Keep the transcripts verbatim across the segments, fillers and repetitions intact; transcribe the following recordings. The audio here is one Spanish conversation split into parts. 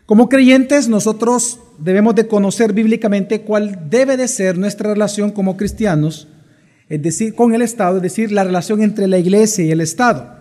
Como creyentes, nosotros debemos de conocer bíblicamente cuál debe de ser nuestra relación como cristianos, es decir, con el Estado, es decir, la relación entre la iglesia y el Estado.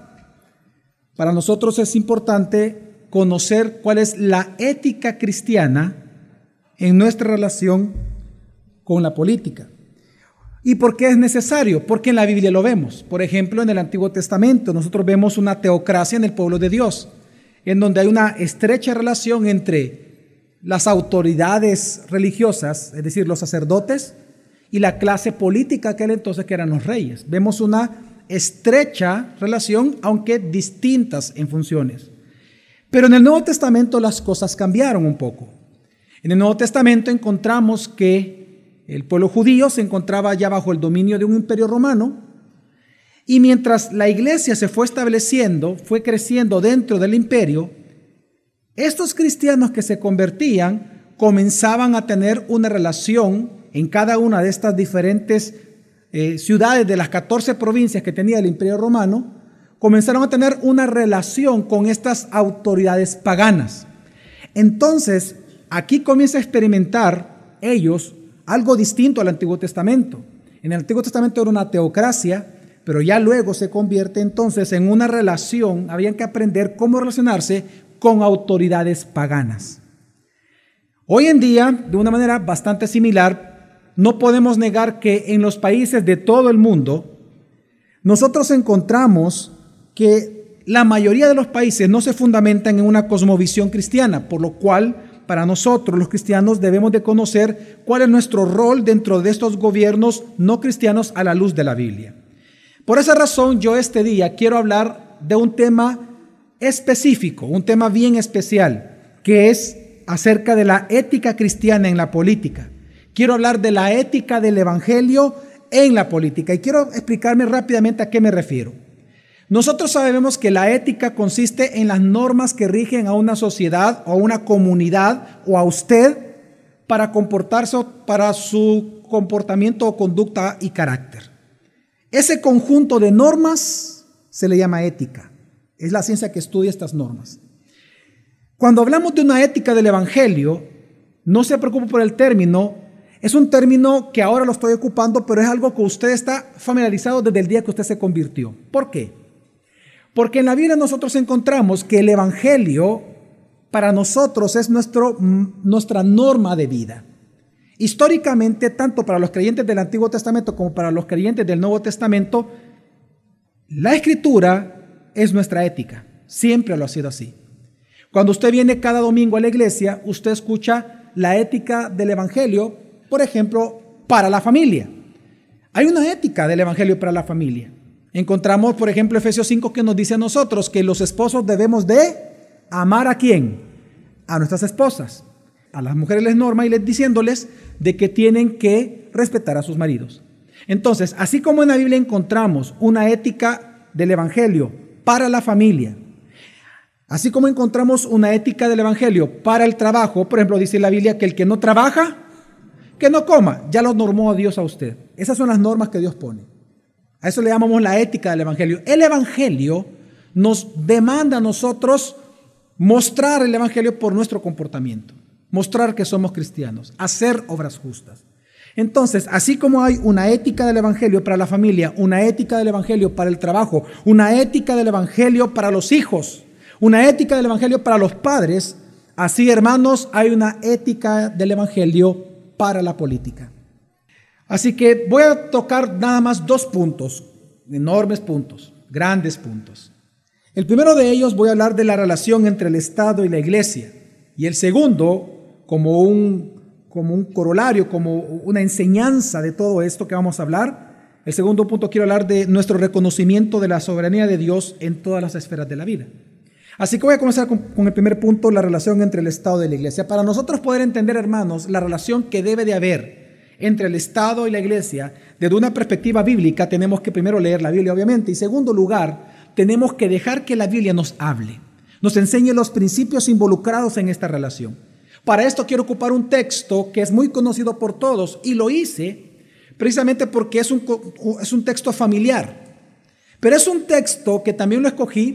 Para nosotros es importante conocer cuál es la ética cristiana en nuestra relación con la política. ¿Y por qué es necesario? Porque en la Biblia lo vemos. Por ejemplo, en el Antiguo Testamento nosotros vemos una teocracia en el pueblo de Dios, en donde hay una estrecha relación entre las autoridades religiosas, es decir, los sacerdotes, y la clase política aquel entonces que eran los reyes. Vemos una estrecha relación, aunque distintas en funciones. Pero en el Nuevo Testamento las cosas cambiaron un poco. En el Nuevo Testamento encontramos que el pueblo judío se encontraba ya bajo el dominio de un imperio romano, y mientras la iglesia se fue estableciendo, fue creciendo dentro del imperio, estos cristianos que se convertían comenzaban a tener una relación en cada una de estas diferentes eh, ciudades de las catorce provincias que tenía el imperio romano. Comenzaron a tener una relación con estas autoridades paganas. Entonces, aquí comienza a experimentar ellos algo distinto al Antiguo Testamento. En el Antiguo Testamento era una teocracia, pero ya luego se convierte entonces en una relación. Habían que aprender cómo relacionarse con autoridades paganas. Hoy en día, de una manera bastante similar, no podemos negar que en los países de todo el mundo, nosotros encontramos que la mayoría de los países no se fundamentan en una cosmovisión cristiana, por lo cual para nosotros los cristianos debemos de conocer cuál es nuestro rol dentro de estos gobiernos no cristianos a la luz de la Biblia. Por esa razón yo este día quiero hablar de un tema específico, un tema bien especial, que es acerca de la ética cristiana en la política. Quiero hablar de la ética del evangelio en la política y quiero explicarme rápidamente a qué me refiero. Nosotros sabemos que la ética consiste en las normas que rigen a una sociedad o a una comunidad o a usted para comportarse, para su comportamiento o conducta y carácter. Ese conjunto de normas se le llama ética. Es la ciencia que estudia estas normas. Cuando hablamos de una ética del evangelio, no se preocupe por el término. Es un término que ahora lo estoy ocupando, pero es algo que usted está familiarizado desde el día que usted se convirtió. ¿Por qué? Porque en la Biblia nosotros encontramos que el evangelio para nosotros es nuestro, nuestra norma de vida. Históricamente, tanto para los creyentes del Antiguo Testamento como para los creyentes del Nuevo Testamento, la Escritura es nuestra ética. Siempre lo ha sido así. Cuando usted viene cada domingo a la iglesia, usted escucha la ética del evangelio, por ejemplo, para la familia. Hay una ética del evangelio para la familia. Encontramos, por ejemplo, Efesios cinco, que nos dice a nosotros que los esposos debemos de amar ¿a quién? A nuestras esposas. A las mujeres les norma y les diciéndoles de que tienen que respetar a sus maridos. Entonces, así como en la Biblia encontramos una ética del evangelio para la familia, así como encontramos una ética del evangelio para el trabajo, por ejemplo, dice la Biblia que el que no trabaja, que no coma, ya lo normó Dios a usted. Esas son las normas que Dios pone. A eso le llamamos la ética del evangelio. El evangelio nos demanda a nosotros mostrar el evangelio por nuestro comportamiento, mostrar que somos cristianos, hacer obras justas. Entonces, así como hay una ética del evangelio para la familia, una ética del evangelio para el trabajo, una ética del evangelio para los hijos, una ética del evangelio para los padres, así, hermanos, hay una ética del evangelio para la política. Así que voy a tocar nada más dos puntos, enormes puntos, grandes puntos. El primero de ellos voy a hablar de la relación entre el Estado y la iglesia. Y el segundo, como un, como un corolario, como una enseñanza de todo esto que vamos a hablar, el segundo punto quiero hablar de nuestro reconocimiento de la soberanía de Dios en todas las esferas de la vida. Así que voy a comenzar con, con el primer punto, la relación entre el Estado y la iglesia. Para nosotros poder entender, hermanos, la relación que debe de haber entre el Estado y la iglesia, desde una perspectiva bíblica, tenemos que primero leer la Biblia, obviamente, y en segundo lugar, tenemos que dejar que la Biblia nos hable, nos enseñe los principios involucrados en esta relación. Para esto quiero ocupar un texto que es muy conocido por todos, y lo hice precisamente porque es un, es un texto familiar, pero es un texto que también lo escogí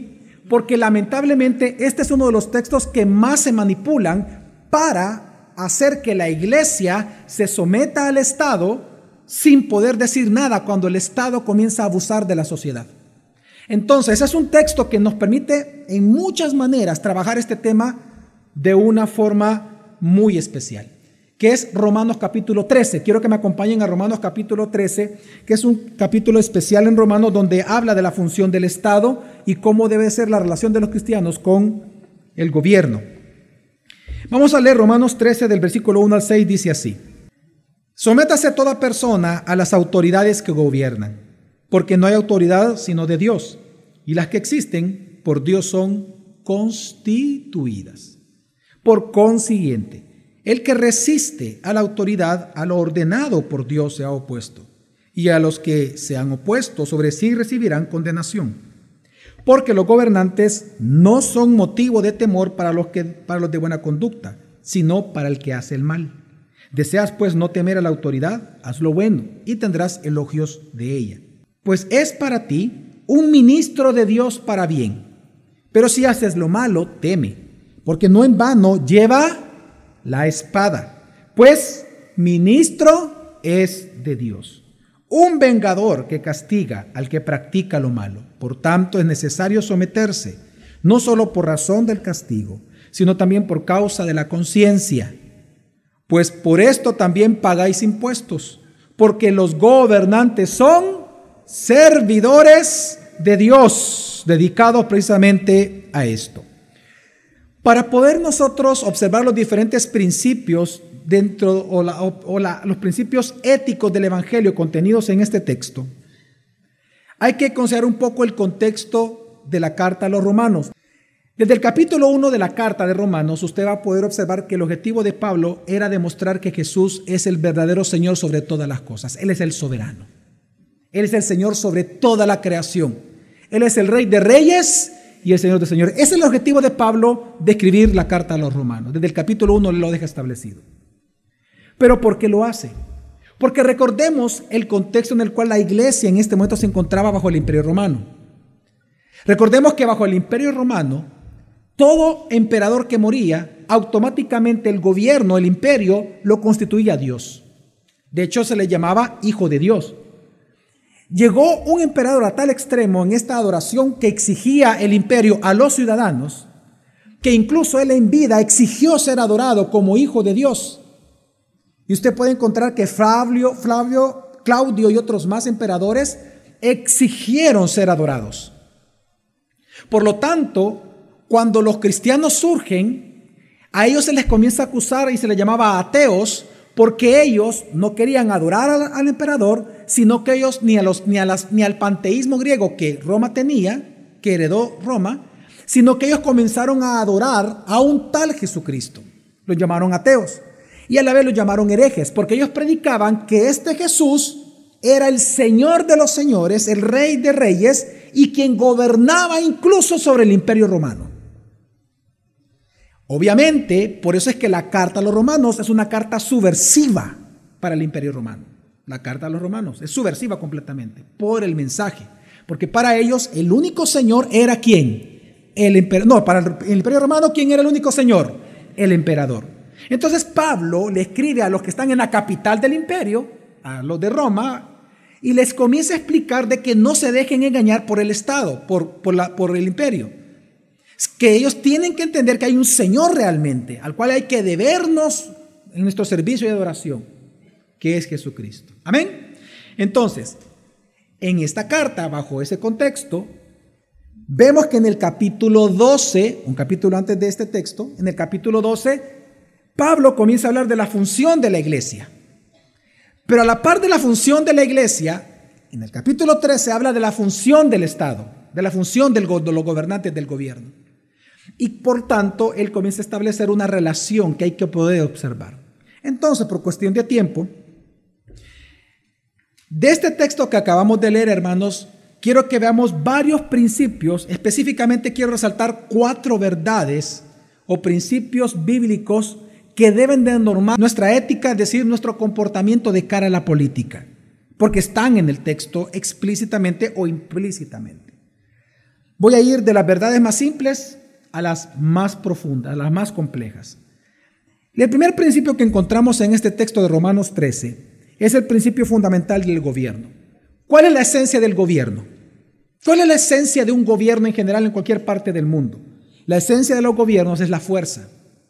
porque lamentablemente este es uno de los textos que más se manipulan para hacer que la iglesia se someta al Estado sin poder decir nada cuando el Estado comienza a abusar de la sociedad. Entonces, es un texto que nos permite en muchas maneras trabajar este tema de una forma muy especial, que es Romanos capítulo trece. Quiero que me acompañen a Romanos capítulo trece, que es un capítulo especial en Romanos donde habla de la función del Estado y cómo debe ser la relación de los cristianos con el gobierno. Vamos a leer Romanos trece del versículo uno al seis, dice así: Sométase toda persona a las autoridades que gobiernan, porque no hay autoridad sino de Dios, y las que existen por Dios son constituidas. Por consiguiente, el que resiste a la autoridad, a lo ordenado por Dios se ha opuesto, y a los que se han opuesto sobre sí recibirán condenación. Porque los gobernantes no son motivo de temor para los, que, para los de buena conducta, sino para el que hace el mal. Deseas pues no temer a la autoridad, haz lo bueno, y tendrás elogios de ella. Pues es para ti un ministro de Dios para bien. Pero si haces lo malo, teme, porque no en vano lleva la espada, pues ministro es de Dios, un vengador que castiga al que practica lo malo. Por tanto, es necesario someterse, no solo por razón del castigo, sino también por causa de la conciencia. Pues por esto también pagáis impuestos, porque los gobernantes son servidores de Dios, dedicados precisamente a esto. Para poder nosotros observar los diferentes principios dentro o, la, o, o la, los principios éticos del Evangelio contenidos en este texto, hay que considerar un poco el contexto de la carta a los romanos. Desde el capítulo uno de la carta de Romanos, usted va a poder observar que el objetivo de Pablo era demostrar que Jesús es el verdadero Señor sobre todas las cosas. Él es el soberano. Él es el Señor sobre toda la creación. Él es el Rey de Reyes y el Señor de Señores. Ese es el objetivo de Pablo de escribir la carta a los romanos. Desde el capítulo uno lo deja establecido. ¿Pero por qué lo hace? Porque recordemos el contexto en el cual la iglesia en este momento se encontraba bajo el Imperio Romano. Recordemos que bajo el Imperio Romano, todo emperador que moría, automáticamente el gobierno, el imperio, lo constituía Dios. De hecho, se le llamaba Hijo de Dios. Llegó un emperador a tal extremo en esta adoración que exigía el imperio a los ciudadanos, que incluso él en vida exigió ser adorado como Hijo de Dios. Y usted puede encontrar que Flavio, Flavio, Claudio y otros más emperadores exigieron ser adorados. Por lo tanto, cuando los cristianos surgen, a ellos se les comienza a acusar y se les llamaba ateos, porque ellos no querían adorar al, al emperador, sino que ellos ni, a los, ni, a las, ni al panteísmo griego que Roma tenía, que heredó Roma, sino que ellos comenzaron a adorar a un tal Jesucristo. Los llamaron ateos. Y a la vez los llamaron herejes, porque ellos predicaban que este Jesús era el Señor de los señores, el Rey de reyes, y quien gobernaba incluso sobre el Imperio Romano. Obviamente, por eso es que la carta a los romanos es una carta subversiva para el Imperio Romano. La carta a los romanos es subversiva completamente por el mensaje, porque para ellos el único Señor era ¿quién? El emperador. No, para el Imperio Romano, ¿quién era el único Señor? El emperador. Entonces Pablo le escribe a los que están en la capital del imperio, a los de Roma, y les comienza a explicar de que no se dejen engañar por el Estado, por, por, la, por el imperio. Que ellos tienen que entender que hay un Señor realmente, al cual hay que debernos en nuestro servicio de adoración, que es Jesucristo. Amén. Entonces, en esta carta, bajo ese contexto, vemos que en el capítulo doce, un capítulo antes de este texto, en el capítulo doce, Pablo comienza a hablar de la función de la iglesia. Pero a la par de la función de la iglesia, en el capítulo trece habla de la función del Estado, de la función del, de los gobernantes del gobierno. Y por tanto, él comienza a establecer una relación que hay que poder observar. Entonces, por cuestión de tiempo, de este texto que acabamos de leer, hermanos, quiero que veamos varios principios. Específicamente quiero resaltar cuatro verdades o principios bíblicos que deben de normar nuestra ética, es decir, nuestro comportamiento de cara a la política, porque están en el texto explícitamente o implícitamente. Voy a ir de las verdades más simples a las más profundas, a las más complejas. El primer principio que encontramos en este texto de Romanos trece es el principio fundamental del gobierno. ¿Cuál es la esencia del gobierno? ¿Cuál es la esencia de un gobierno en general en cualquier parte del mundo? La esencia de los gobiernos es la fuerza.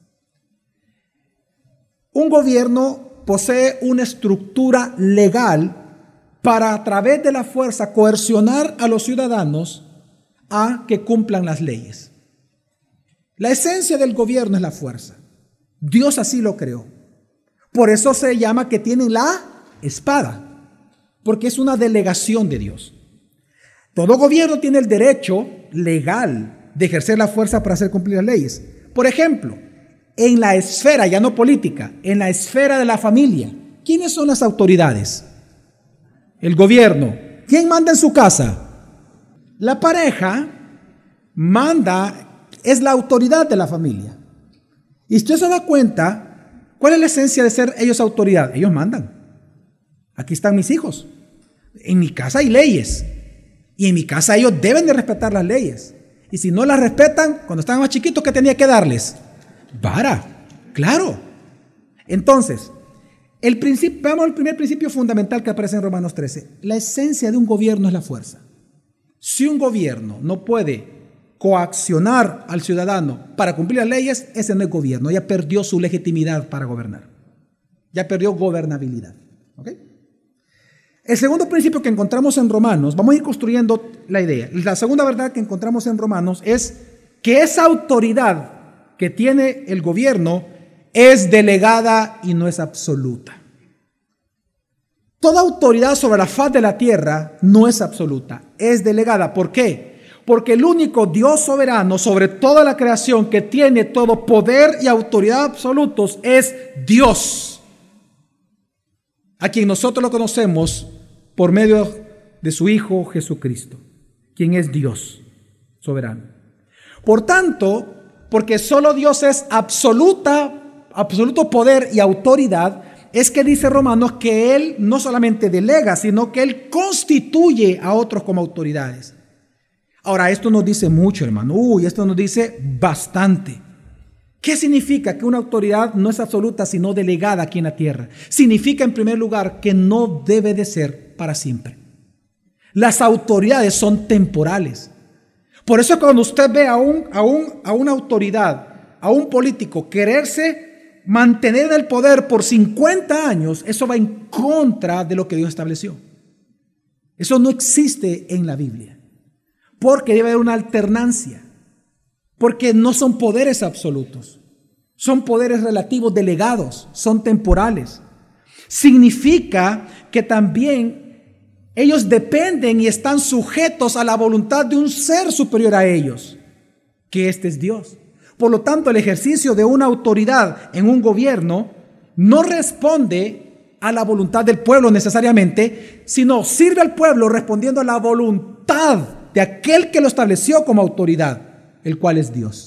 Un gobierno posee una estructura legal para, a través de la fuerza, coercionar a los ciudadanos a que cumplan las leyes. La esencia del gobierno es la fuerza. Dios así lo creó. Por eso se llama que tienen la espada, porque es una delegación de Dios. Todo gobierno tiene el derecho legal de ejercer la fuerza para hacer cumplir las leyes. Por ejemplo, en la esfera, ya no política, en la esfera de la familia, ¿quiénes son las autoridades? El gobierno. ¿Quién manda en su casa? La pareja manda, es la autoridad de la familia. Y usted se da cuenta, ¿cuál es la esencia de ser ellos autoridad? Ellos mandan. Aquí están mis hijos. En mi casa hay leyes. Y en mi casa ellos deben de respetar las leyes. Y si no las respetan, cuando estaban más chiquitos, ¿qué tenía que darles? Vara, claro. Entonces, el principio, veamos el primer principio fundamental que aparece en Romanos trece. La esencia de un gobierno es la fuerza. Si un gobierno no puede coaccionar al ciudadano para cumplir las leyes, ese no es gobierno. Ya perdió su legitimidad para gobernar. Ya perdió gobernabilidad. ¿Ok? El segundo principio que encontramos en Romanos, vamos a ir construyendo la idea. La segunda verdad que encontramos en Romanos es que esa autoridad que tiene el gobierno es delegada y no es absoluta. Toda autoridad sobre la faz de la tierra no es absoluta, es delegada. ¿Por qué? Porque el único Dios soberano sobre toda la creación que tiene todo poder y autoridad absolutos es Dios, a quien nosotros lo conocemos por medio de su Hijo Jesucristo, quien es Dios soberano. Por tanto, porque solo Dios es absoluta, absoluto poder y autoridad, es que dice Romanos que Él no solamente delega, sino que Él constituye a otros como autoridades. Ahora, esto nos dice mucho, hermano. Uy, esto nos dice bastante. ¿Qué significa que una autoridad no es absoluta, sino delegada aquí en la tierra? Significa, en primer lugar, que no debe de ser para siempre. Las autoridades son temporales. Por eso cuando usted ve a, un, a, un, a una autoridad, a un político, quererse mantener el poder por cincuenta años, eso va en contra de lo que Dios estableció. Eso no existe en la Biblia. Porque debe haber una alternancia. Porque no son poderes absolutos. Son poderes relativos delegados. Son temporales. Significa que también ellos dependen y están sujetos a la voluntad de un ser superior a ellos, que este es Dios. Por lo tanto, el ejercicio de una autoridad en un gobierno no responde a la voluntad del pueblo necesariamente, sino sirve al pueblo respondiendo a la voluntad de aquel que lo estableció como autoridad, el cual es Dios.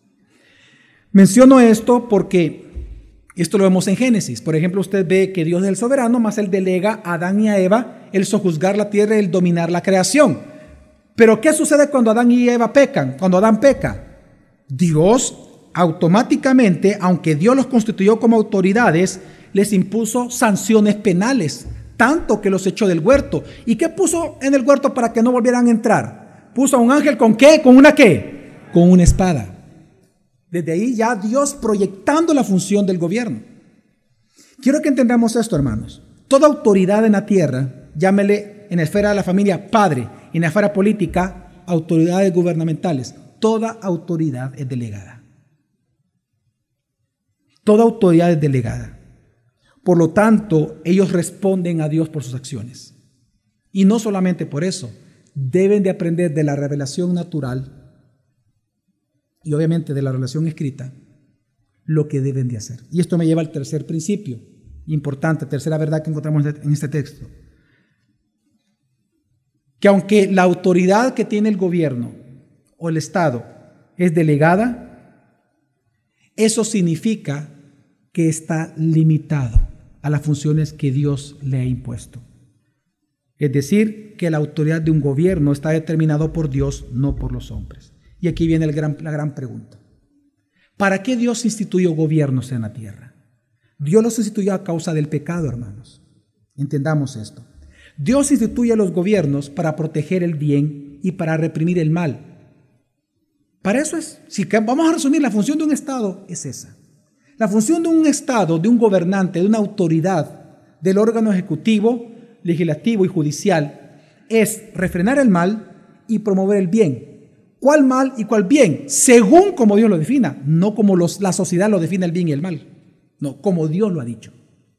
Menciono esto porque esto lo vemos en Génesis. Por ejemplo, usted ve que Dios es el soberano, más Él delega a Adán y a Eva el sojuzgar la tierra y el dominar la creación. Pero ¿qué sucede cuando Adán y Eva pecan? Cuando Adán peca, Dios automáticamente, aunque Dios los constituyó como autoridades, les impuso sanciones penales, tanto que los echó del huerto. ¿Y qué puso en el huerto para que no volvieran a entrar? Puso a un ángel ¿con qué? ¿Con una qué? Con una espada. Desde ahí ya Dios proyectando la función del gobierno. Quiero que entendamos esto, hermanos. Toda autoridad en la tierra, llámele en la esfera de la familia padre, en la esfera política, autoridades gubernamentales, toda autoridad es delegada. Toda autoridad es delegada. Por lo tanto, ellos responden a Dios por sus acciones. Y no solamente por eso, deben de aprender de la revelación natural y obviamente de la revelación escrita lo que deben de hacer. Y esto me lleva al tercer principio importante, tercera verdad que encontramos en este texto. Que aunque la autoridad que tiene el gobierno o el Estado es delegada, eso significa que está limitado a las funciones que Dios le ha impuesto. Es decir, que la autoridad de un gobierno está determinado por Dios, no por los hombres. Y aquí viene el gran, la gran pregunta. ¿Para qué Dios instituyó gobiernos en la tierra? Dios los instituyó a causa del pecado, hermanos. Entendamos esto. Dios instituye los gobiernos para proteger el bien y para reprimir el mal. Para eso es, si vamos a resumir, la función de un Estado es esa. La función de un Estado, de un gobernante, de una autoridad, del órgano ejecutivo, legislativo y judicial, es refrenar el mal y promover el bien. ¿Cuál mal y cuál bien? Según como Dios lo defina, no como los, la sociedad lo define el bien y el mal. No, como Dios lo ha dicho.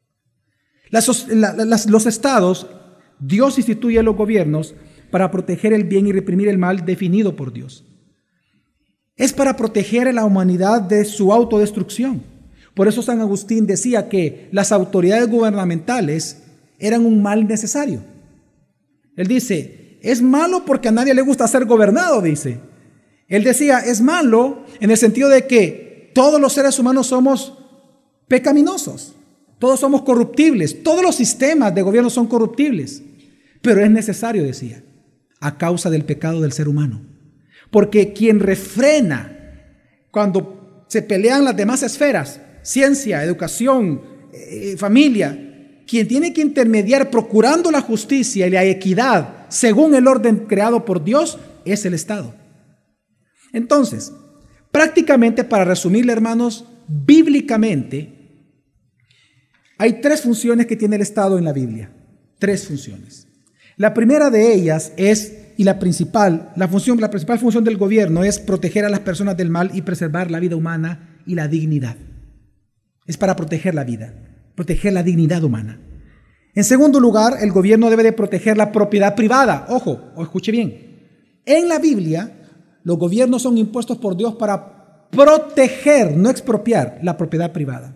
Las, la, las, los estados, Dios instituye los gobiernos para proteger el bien y reprimir el mal definido por Dios. Es para proteger a la humanidad de su autodestrucción. Por eso San Agustín decía que las autoridades gubernamentales eran un mal necesario. Él dice, es malo porque a nadie le gusta ser gobernado, dice. Él decía, es malo en el sentido de que todos los seres humanos somos pecaminosos, todos somos corruptibles, todos los sistemas de gobierno son corruptibles, pero es necesario, decía, a causa del pecado del ser humano. Porque quien refrena cuando se pelean las demás esferas, ciencia, educación, eh, familia, quien tiene que intermediar procurando la justicia y la equidad según el orden creado por Dios es el Estado. Entonces, prácticamente para resumirle, hermanos, bíblicamente hay tres funciones que tiene el Estado en la Biblia. Tres funciones. La primera de ellas es, y la principal, la función, la principal función del gobierno es proteger a las personas del mal y preservar la vida humana y la dignidad. Es para proteger la vida, proteger la dignidad humana. En segundo lugar, el gobierno debe de proteger la propiedad privada. Ojo, o escuche bien. En la Biblia, los gobiernos son impuestos por Dios para proteger, no expropiar, la propiedad privada.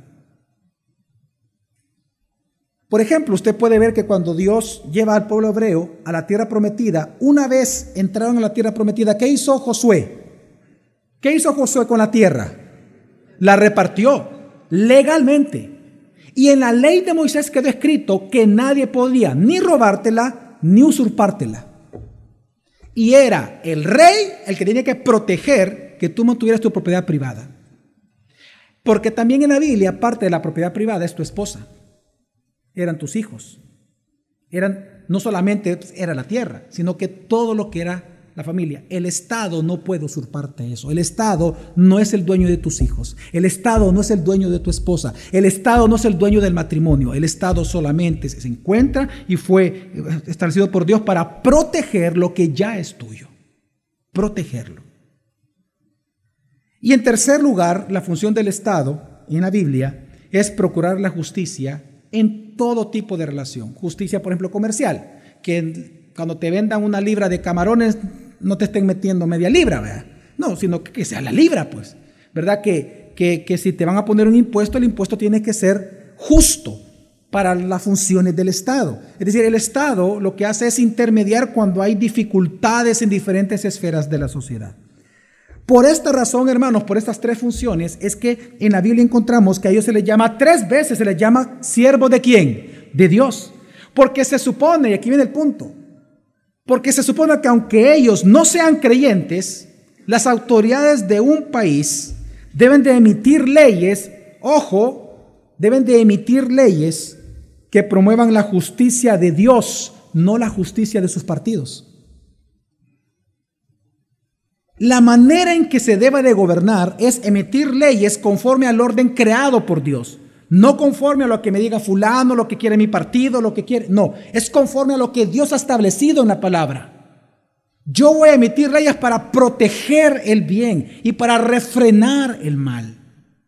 Por ejemplo, usted puede ver que cuando Dios lleva al pueblo hebreo a la tierra prometida, una vez entraron a la tierra prometida, ¿qué hizo Josué? ¿Qué hizo Josué con la tierra? La repartió legalmente. Y en la ley de Moisés quedó escrito que nadie podía ni robártela ni usurpártela. Y era el rey el que tenía que proteger que tú mantuvieras tu propiedad privada. Porque también en la Biblia parte de la propiedad privada es tu esposa. Eran tus hijos. Eran, no solamente era la tierra, sino que todo lo que era la familia. El Estado no puede usurparte eso. El Estado no es el dueño de tus hijos. El Estado no es el dueño de tu esposa. El Estado no es el dueño del matrimonio. El Estado solamente se encuentra y fue establecido por Dios para proteger lo que ya es tuyo. Protegerlo. Y en tercer lugar, la función del Estado en la Biblia es procurar la justicia en todo tipo de relación. Justicia, por ejemplo, comercial, que cuando te vendan una libra de camarones no te estén metiendo media libra, ¿verdad? No, sino que, que sea la libra, pues, ¿verdad? Que, que, que si te van a poner un impuesto, el impuesto tiene que ser justo para las funciones del Estado. Es decir, el Estado lo que hace es intermediar cuando hay dificultades en diferentes esferas de la sociedad. Por esta razón, hermanos, por estas tres funciones, es que en la Biblia encontramos que a ellos se les llama tres veces, se les llama siervos de ¿quién? De Dios. Porque se supone, y aquí viene el punto, porque se supone que aunque ellos no sean creyentes, las autoridades de un país deben de emitir leyes, ojo, deben de emitir leyes que promuevan la justicia de Dios, no la justicia de sus partidos. La manera en que se debe de gobernar es emitir leyes conforme al orden creado por Dios. No conforme a lo que me diga fulano, lo que quiere mi partido, lo que quiere. No, es conforme a lo que Dios ha establecido en la palabra. Yo voy a emitir leyes para proteger el bien y para refrenar el mal.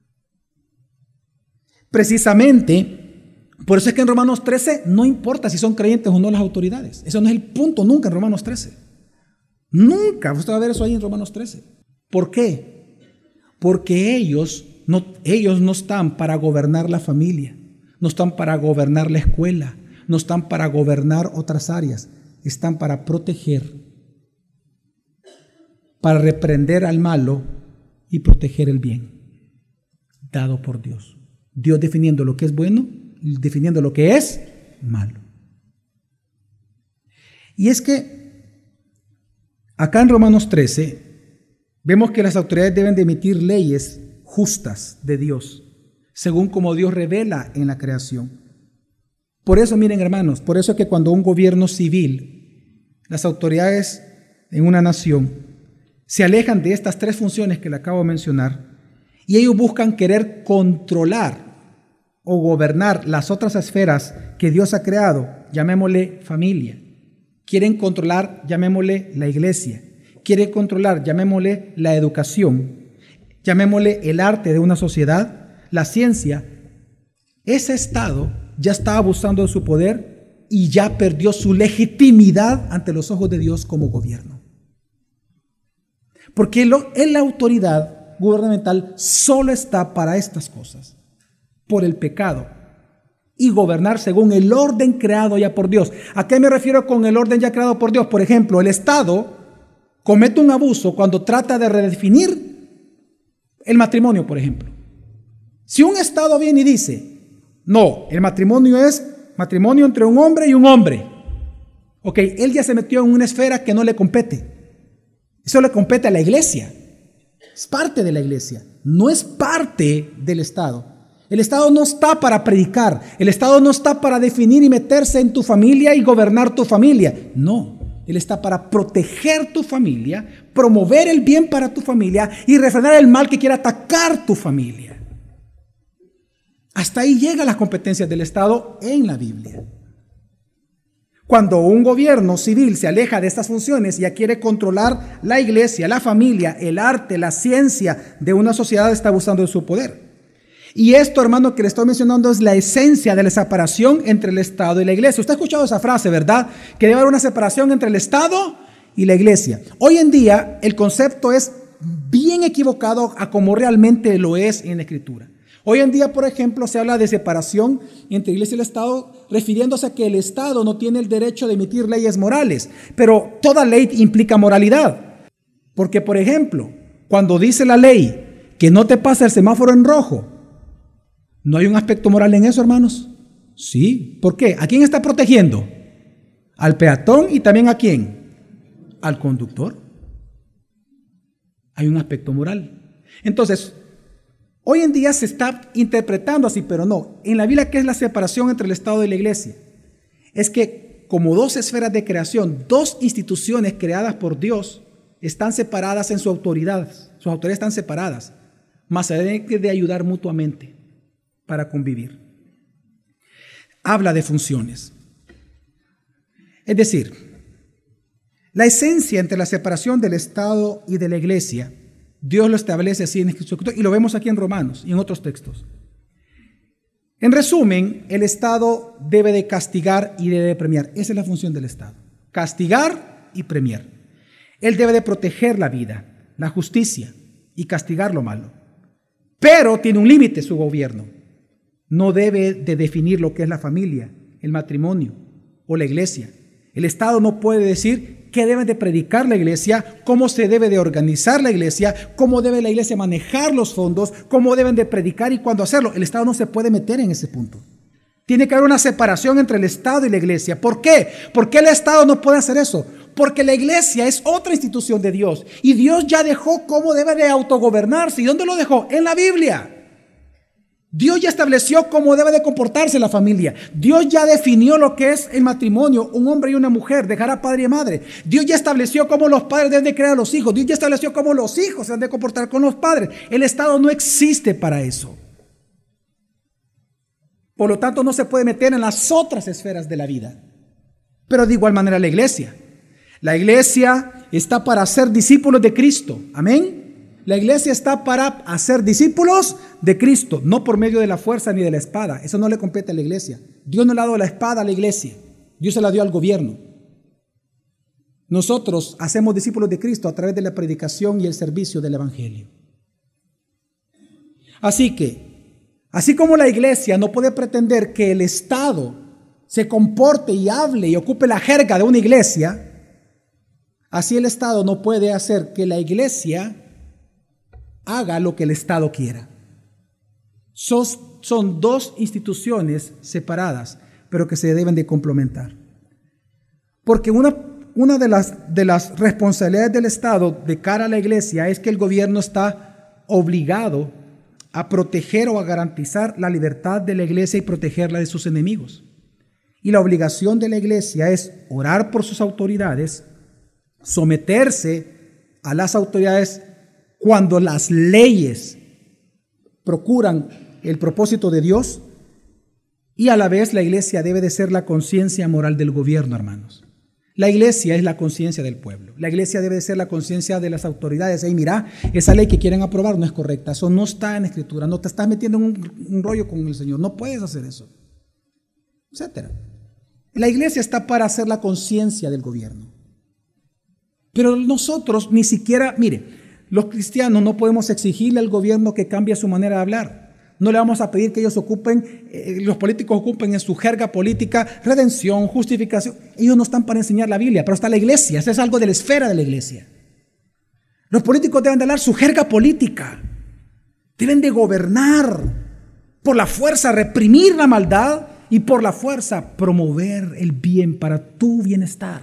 Precisamente, por eso es que en Romanos trece no importa si son creyentes o no las autoridades. Eso no es el punto nunca en Romanos trece. Nunca, usted va a ver eso ahí en Romanos trece. ¿Por qué? Porque ellos no, ellos no están para gobernar la familia, no están para gobernar la escuela, no están para gobernar otras áreas, están para proteger, para reprender al malo y proteger el bien dado por Dios. Dios definiendo lo que es bueno y definiendo lo que es malo. Y es que acá en Romanos trece vemos que las autoridades deben de emitir leyes justas de Dios, según como Dios revela en la creación. Por eso, miren hermanos, por eso es que cuando un gobierno civil, las autoridades en una nación, se alejan de estas tres funciones que le acabo de mencionar, y ellos buscan querer controlar o gobernar las otras esferas que Dios ha creado, llamémosle familia. Quieren controlar, llamémosle la iglesia. Quieren controlar, llamémosle la educación. Llamémosle el arte de una sociedad, la ciencia. Ese Estado ya está abusando de su poder y ya perdió su legitimidad ante los ojos de Dios como gobierno. Porque lo, en la autoridad gubernamental solo está para estas cosas, por el pecado, y gobernar según el orden creado ya por Dios. ¿A qué me refiero con el orden ya creado por Dios? Por ejemplo, el Estado comete un abuso cuando trata de redefinir el matrimonio, por ejemplo. Si un Estado viene y dice, no, el matrimonio es matrimonio entre un hombre y un hombre, ok, él ya se metió en una esfera que no le compete. Eso le compete a la iglesia. Es parte de la iglesia, no es parte del Estado. El Estado no está para predicar, el Estado no está para definir y meterse en tu familia y gobernar tu familia. No, Él está para proteger tu familia, promover el bien para tu familia y refrenar el mal que quiera atacar tu familia. Hasta ahí llegan las competencias del Estado en la Biblia. Cuando un gobierno civil se aleja de estas funciones y ya quiere controlar la iglesia, la familia, el arte, la ciencia de una sociedad, está abusando de su poder. Y esto, hermano, que le estoy mencionando es la esencia de la separación entre el Estado y la iglesia. Usted ha escuchado esa frase, ¿verdad? Que debe haber una separación entre el Estado y la iglesia. Hoy en día el concepto es bien equivocado a como realmente lo es en la Escritura. Hoy en día, por ejemplo, se habla de separación entre iglesia y el Estado, refiriéndose a que el Estado no tiene el derecho de emitir leyes morales, pero toda ley implica moralidad. Porque, por ejemplo, cuando dice la ley que no te pasa el semáforo en rojo, ¿no hay un aspecto moral en eso, hermanos? Sí. ¿Por qué? ¿A quién está protegiendo? Al peatón y también ¿a quién? Al conductor. Hay un aspecto moral. Entonces, hoy en día se está interpretando así, pero no. En la Biblia, ¿qué es la separación entre el Estado y la iglesia? Es que como dos esferas de creación, dos instituciones creadas por Dios están separadas en su autoridad. Sus autoridades están separadas, mas se deben de ayudar mutuamente para convivir. Habla de funciones. Es decir, la esencia entre la separación del Estado y de la iglesia, Dios lo establece así en Escritura y lo vemos aquí en Romanos y en otros textos. En resumen, el Estado debe de castigar y debe de premiar. Esa es la función del Estado. Castigar y premiar. Él debe de proteger la vida, la justicia y castigar lo malo. Pero tiene un límite su gobierno. No debe de definir lo que es la familia, el matrimonio o la iglesia. El Estado no puede decir qué debe de predicar la iglesia, cómo se debe de organizar la iglesia, cómo debe la iglesia manejar los fondos, cómo deben de predicar y cuándo hacerlo. El Estado no se puede meter en ese punto. Tiene que haber una separación entre el Estado y la iglesia. ¿Por qué? ¿Por qué el Estado no puede hacer eso? Porque la iglesia es otra institución de Dios y Dios ya dejó cómo debe de autogobernarse. ¿Y dónde lo dejó? En la Biblia. Dios ya estableció cómo debe de comportarse la familia. Dios ya definió lo que es el matrimonio, un hombre y una mujer, dejar a padre y madre. Dios ya estableció cómo los padres deben de crear a los hijos. Dios ya estableció cómo los hijos se deben de comportar con los padres. El Estado no existe para eso. Por lo tanto, no se puede meter en las otras esferas de la vida. Pero de igual manera la iglesia. La iglesia está para ser discípulos de Cristo. Amén. La iglesia está para hacer discípulos de Cristo, no por medio de la fuerza ni de la espada. Eso no le compete a la iglesia. Dios no le ha dado la espada a la iglesia. Dios se la dio al gobierno. Nosotros hacemos discípulos de Cristo a través de la predicación y el servicio del evangelio. Así que, así como la iglesia no puede pretender que el Estado se comporte y hable y ocupe la jerga de una iglesia, así el Estado no puede hacer que la iglesia haga lo que el Estado quiera. Son, son dos instituciones separadas, pero que se deben de complementar. Porque una una de las, de las responsabilidades del Estado de cara a la iglesia es que el gobierno está obligado a proteger o a garantizar la libertad de la iglesia y protegerla de sus enemigos. Y la obligación de la iglesia es orar por sus autoridades, someterse a las autoridades cuando las leyes procuran el propósito de Dios, y a la vez la iglesia debe de ser la conciencia moral del gobierno, hermanos. La iglesia es la conciencia del pueblo. La iglesia debe de ser la conciencia de las autoridades. Y mira, esa ley que quieren aprobar no es correcta. Eso no está en Escritura. No te estás metiendo en un, un rollo con el Señor. No puedes hacer eso. Etcétera. La iglesia está para ser la conciencia del gobierno. Pero nosotros ni siquiera, mire, los cristianos no podemos exigirle al gobierno que cambie su manera de hablar. No le vamos a pedir que ellos ocupen, eh, los políticos ocupen en su jerga política redención, justificación. Ellos no están para enseñar la Biblia, pero está la iglesia. Eso es algo de la esfera de la iglesia. Los políticos deben de hablar su jerga política. Deben de gobernar por la fuerza, reprimir la maldad y por la fuerza promover el bien para tu bienestar.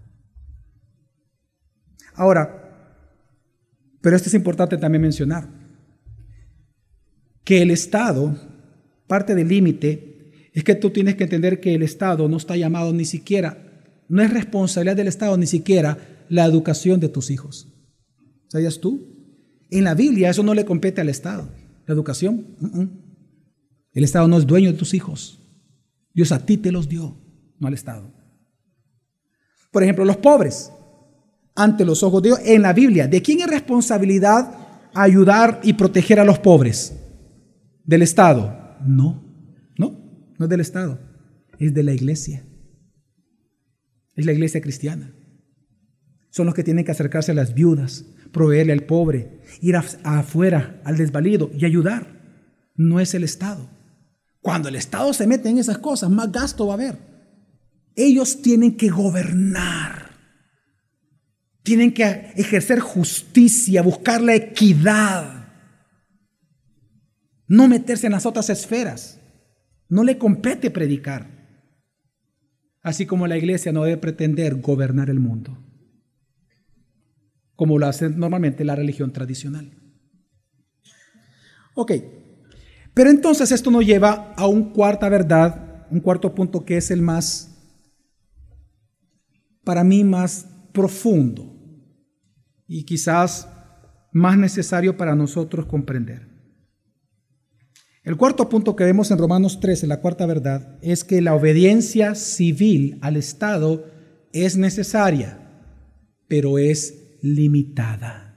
Ahora, pero esto es importante también mencionar, que el Estado, parte del límite, es que tú tienes que entender que el Estado no está llamado ni siquiera, no es responsabilidad del Estado ni siquiera la educación de tus hijos. ¿Sabías tú? En la Biblia eso no le compete al Estado, la educación. Uh-uh. El Estado no es dueño de tus hijos. Dios a ti te los dio, no al Estado. Por ejemplo, los pobres, ante los ojos de Dios, en la Biblia, ¿de quién es responsabilidad ayudar y proteger a los pobres? ¿Del Estado? No, no, no es del Estado, es de la iglesia. Es la iglesia cristiana. Son los que tienen que acercarse a las viudas, proveerle al pobre, ir a, a afuera al desvalido y ayudar. No es el Estado. Cuando el Estado se mete en esas cosas, más gasto va a haber. Ellos tienen que gobernar. Tienen que ejercer justicia, buscar la equidad. No meterse en las otras esferas. No le compete predicar. Así como la iglesia no debe pretender gobernar el mundo, como lo hace normalmente la religión tradicional. Ok, pero entonces esto nos lleva a una cuarta verdad, un cuarto punto que es el más, para mí, más profundo y quizás más necesario para nosotros comprender. El cuarto punto que vemos en Romanos trece, la cuarta verdad, es que la obediencia civil al Estado es necesaria, pero es limitada.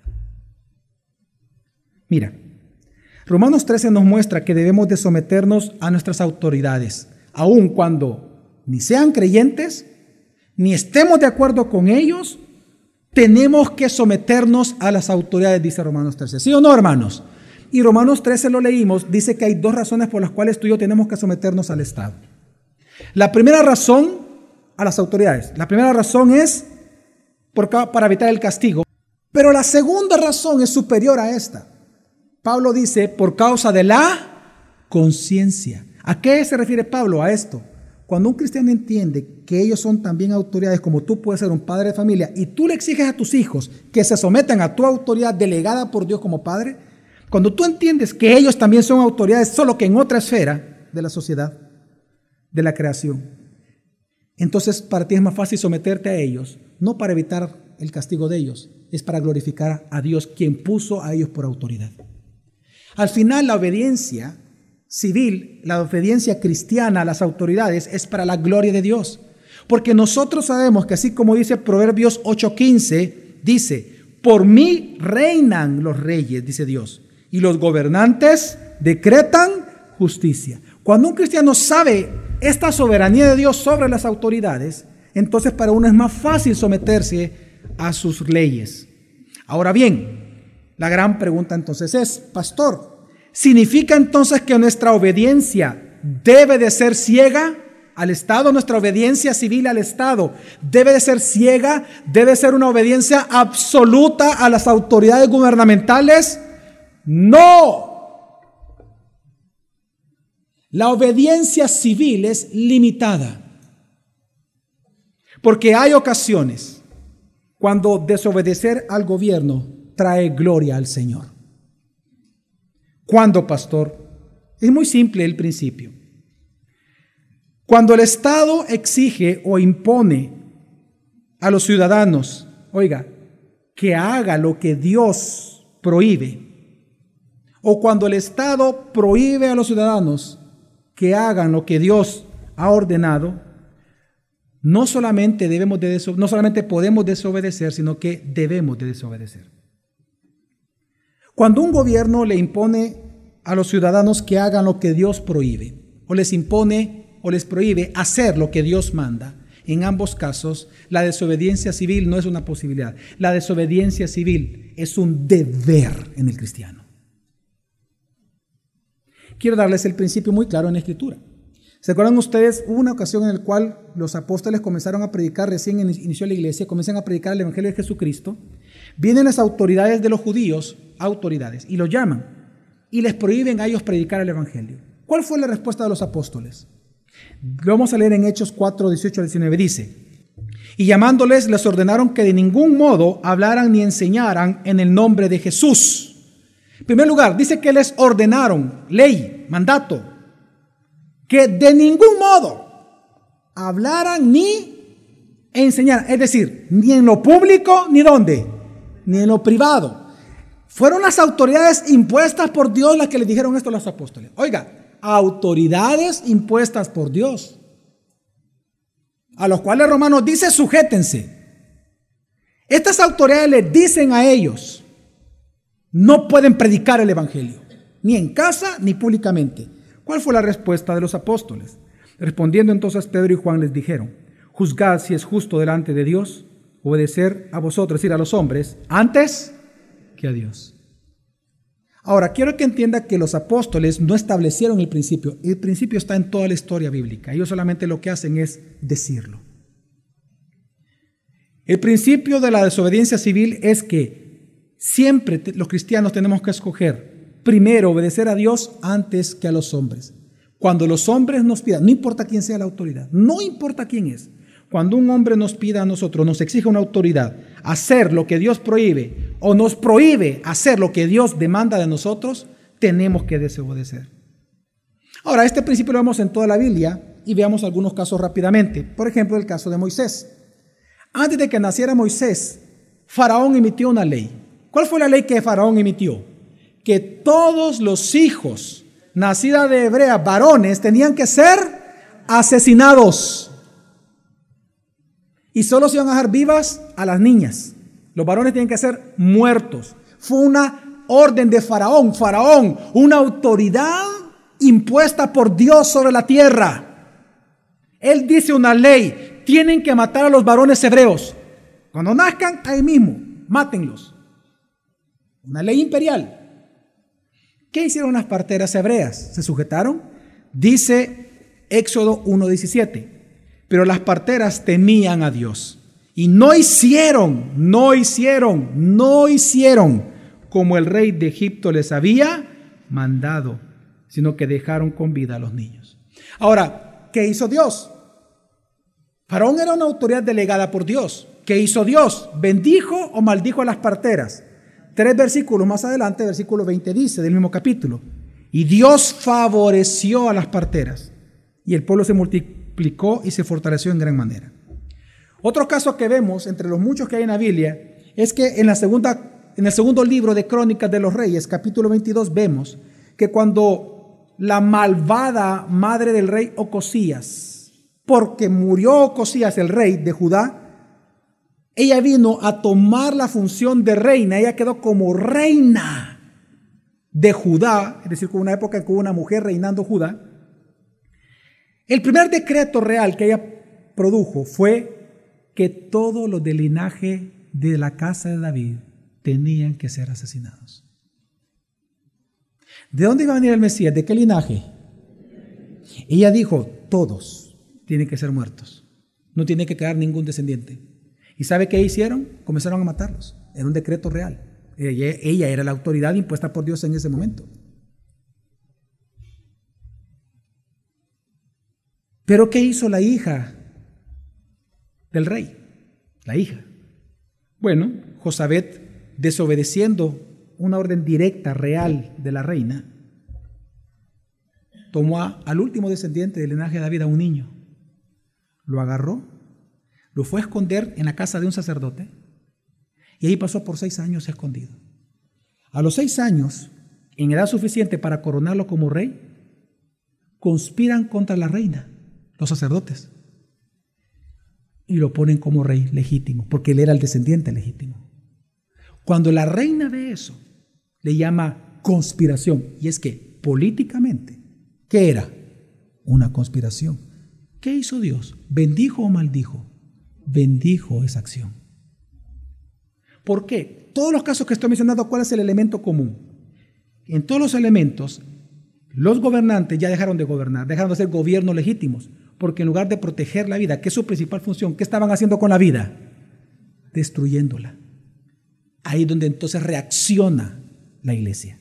Mira, Romanos trece nos muestra que debemos de someternos a nuestras autoridades, aun cuando ni sean creyentes, ni estemos de acuerdo con ellos, tenemos que someternos a las autoridades, dice Romanos trece. ¿Sí o no, hermanos? Y Romanos trece lo leímos, dice que hay dos razones por las cuales tú y yo tenemos que someternos al Estado. La primera razón, a las autoridades. La primera razón es por, para evitar el castigo. Pero la segunda razón es superior a esta. Pablo dice, por causa de la conciencia. ¿A qué se refiere Pablo a esto? Cuando un cristiano entiende que ellos son también autoridades, como tú puedes ser un padre de familia, y tú le exiges a tus hijos que se sometan a tu autoridad delegada por Dios como padre, cuando tú entiendes que ellos también son autoridades, solo que en otra esfera de la sociedad, de la creación, entonces para ti es más fácil someterte a ellos, no para evitar el castigo de ellos, es para glorificar a Dios, quien puso a ellos por autoridad. Al final, la obediencia civil, la obediencia cristiana a las autoridades es para la gloria de Dios, porque nosotros sabemos que, así como dice Proverbios ocho quince, dice, por mí reinan los reyes, dice Dios, y los gobernantes decretan justicia. Cuando un cristiano sabe esta soberanía de Dios sobre las autoridades, entonces para uno es más fácil someterse a sus leyes. Ahora bien, la gran pregunta entonces es, pastor, ¿significa entonces que nuestra obediencia debe de ser ciega al Estado? Nuestra obediencia civil al Estado debe de ser ciega, debe ser una obediencia absoluta a las autoridades gubernamentales. No. La obediencia civil es limitada, porque hay ocasiones cuando desobedecer al gobierno trae gloria al Señor. ¿Cuándo, pastor? Es muy simple el principio. Cuando el Estado exige o impone a los ciudadanos, oiga, que haga lo que Dios prohíbe, o cuando el Estado prohíbe a los ciudadanos que hagan lo que Dios ha ordenado, no solamente debemos de deso- no solamente podemos desobedecer, sino que debemos de desobedecer. Cuando un gobierno le impone a los ciudadanos que hagan lo que Dios prohíbe, o les impone o les prohíbe hacer lo que Dios manda, en ambos casos la desobediencia civil no es una posibilidad. La desobediencia civil es un deber en el cristiano. Quiero darles el principio muy claro en la Escritura. ¿Se acuerdan ustedes? Hubo una ocasión en la cual los apóstoles comenzaron a predicar, recién inició la iglesia, comienzan a predicar el Evangelio de Jesucristo. Vienen las autoridades de los judíos, autoridades, y los llaman y les prohíben a ellos predicar el Evangelio. ¿Cuál fue la respuesta de los apóstoles? Lo vamos a leer en Hechos cuatro, dieciocho al diecinueve. Dice: y llamándoles les ordenaron que de ningún modo hablaran ni enseñaran en el nombre de Jesús. En primer lugar, dice que les ordenaron, ley, mandato, que de ningún modo hablaran ni enseñaran. Es decir, ni en lo público, ni dónde, ni en lo privado. Fueron las autoridades impuestas por Dios las que les dijeron esto a los apóstoles. Oiga, autoridades impuestas por Dios, a los cuales Romanos dice: sujétense. Estas autoridades les dicen a ellos: no pueden predicar el Evangelio, ni en casa ni públicamente. ¿Cuál fue la respuesta de los apóstoles? Respondiendo entonces Pedro y Juan les dijeron: juzgad si es justo delante de Dios obedecer a vosotros, es decir, a los hombres, antes que a Dios. Ahora, quiero que entienda que los apóstoles no establecieron el principio. El principio está en toda la historia bíblica. Ellos solamente lo que hacen es decirlo. El principio de la desobediencia civil es que siempre te, los cristianos tenemos que escoger primero obedecer a Dios antes que a los hombres. Cuando los hombres nos pidan, no importa quién sea la autoridad, no importa quién es, cuando un hombre nos pida a nosotros, nos exige una autoridad, hacer lo que Dios prohíbe o nos prohíbe hacer lo que Dios demanda de nosotros, tenemos que desobedecer. Ahora, este principio lo vemos en toda la Biblia y veamos algunos casos rápidamente. Por ejemplo, el caso de Moisés. Antes de que naciera Moisés, Faraón emitió una ley. ¿Cuál fue la ley que Faraón emitió? Que todos los hijos nacidos de hebrea, varones, tenían que ser asesinados. Y solo se iban a dejar vivas a las niñas. Los varones tienen que ser muertos. Fue una orden de Faraón. Faraón, una autoridad impuesta por Dios sobre la tierra. Él dice una ley: tienen que matar a los varones hebreos. Cuando nazcan, ahí mismo, mátenlos. Una ley imperial. ¿Qué hicieron las parteras hebreas? ¿Se sujetaron? Dice Éxodo uno diecisiete. Pero las parteras temían a Dios y no hicieron, no hicieron, no hicieron como el rey de Egipto les había mandado, sino que dejaron con vida a los niños. Ahora, ¿qué hizo Dios? Faraón era una autoridad delegada por Dios. ¿Qué hizo Dios? ¿Bendijo o maldijo a las parteras? Tres versículos más adelante, versículo veinte dice del mismo capítulo: y Dios favoreció a las parteras y el pueblo se multiplicó y se fortaleció en gran manera. Otro caso que vemos entre los muchos que hay en la Biblia es que en, la segunda, en el segundo libro de Crónicas de los Reyes, capítulo veintidós, vemos que cuando la malvada madre del rey Ocosías, porque murió Ocosías, el rey de Judá, ella vino a tomar la función de reina. Ella quedó como reina de Judá, es decir, con una época en que hubo una mujer reinando Judá. El primer decreto real que ella produjo fue que todos los del linaje de la casa de David tenían que ser asesinados. ¿De dónde iba a venir el Mesías? ¿De qué linaje? Ella dijo: todos tienen que ser muertos, no tiene que quedar ningún descendiente. ¿Y sabe qué hicieron? Comenzaron a matarlos. Era un decreto real. Ella, ella era la autoridad impuesta por Dios en ese momento. Pero ¿qué hizo la hija del rey? La hija. Bueno, Josabet, desobedeciendo una orden directa, real de la reina, tomó a, al último descendiente del linaje de David, a un niño, lo agarró, lo fue a esconder en la casa de un sacerdote y ahí pasó por seis años escondido. A los seis años, en edad suficiente para coronarlo como rey, conspiran contra la reina, los sacerdotes, y lo ponen como rey legítimo, porque él era el descendiente legítimo. Cuando la reina ve eso, le llama conspiración, y es que políticamente, ¿qué era? Una conspiración. ¿Qué hizo Dios? ¿Bendijo o maldijo? Bendijo esa acción. ¿Por qué? Todos los casos que estoy mencionando, ¿cuál es el elemento común? En todos los elementos, los gobernantes ya dejaron de gobernar, dejaron de ser gobiernos legítimos, porque en lugar de proteger la vida, que es su principal función, ¿qué estaban haciendo con la vida? Destruyéndola. Ahí es donde entonces reacciona la iglesia.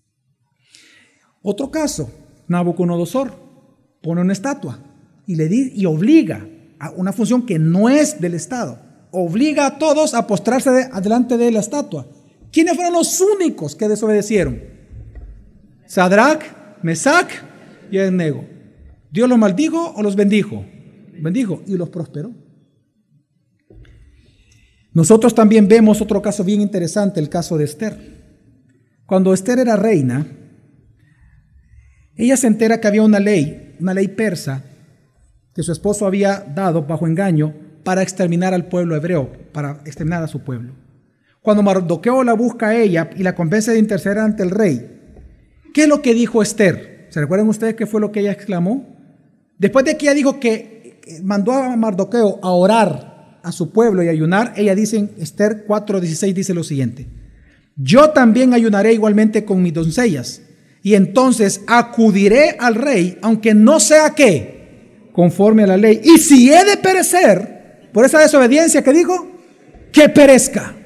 Otro caso, Nabucodonosor pone una estatua y le di, y obliga a una función que no es del Estado, obliga a todos a postrarse de, delante de la estatua. ¿Quiénes fueron los únicos que desobedecieron? Sadrach, Mesac y Abednego. ¿Dios los maldijo o los bendijo? Bendijo y los prosperó. Nosotros también vemos otro caso bien interesante, el caso de Esther. Cuando Esther era reina, ella se entera que había una ley, una ley persa, que su esposo había dado bajo engaño para exterminar al pueblo hebreo, para exterminar a su pueblo. Cuando Mardoqueo la busca a ella y la convence de interceder ante el rey, ¿qué es lo que dijo Esther? ¿Se recuerdan ustedes qué fue lo que ella exclamó? Después de que ella dijo que mandó a Mardoqueo a orar a su pueblo y ayunar, ella dice en Esther cuatro dieciséis, dice lo siguiente: yo también ayunaré igualmente con mis doncellas, y entonces acudiré al rey, aunque no sea qué, conforme a la ley, y si he de perecer por esa desobediencia que dijo, que perezca.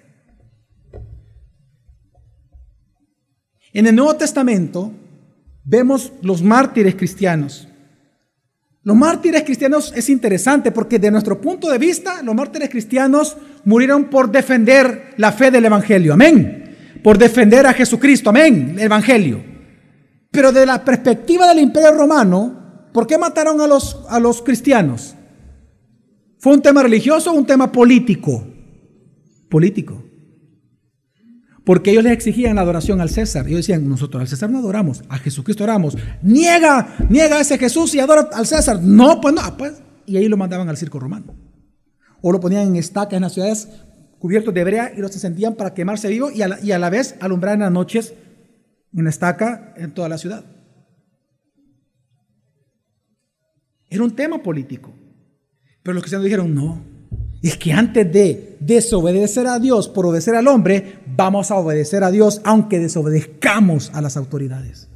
En el Nuevo Testamento vemos los mártires cristianos. Los mártires cristianos es interesante porque de nuestro punto de vista, los mártires cristianos murieron por defender la fe del Evangelio, amén, por defender a Jesucristo, amén, el Evangelio. Pero de la perspectiva del Imperio Romano, ¿por qué mataron a los, a los cristianos? ¿Fue un tema religioso o un tema político? Político. Porque ellos les exigían la adoración al César. Ellos decían, nosotros al César no adoramos, a Jesucristo oramos. Niega, niega a ese Jesús y adora al César. No, pues no, pues. Y ahí lo mandaban al circo romano. O lo ponían en estacas en las ciudades cubiertos de brea y los encendían para quemarse vivo y a la, y a la vez alumbrar en las noches en estaca en toda la ciudad. Era un tema político. Pero los cristianos dijeron, no. Es que antes de desobedecer a Dios por obedecer al hombre, vamos a obedecer a Dios aunque desobedezcamos a las autoridades.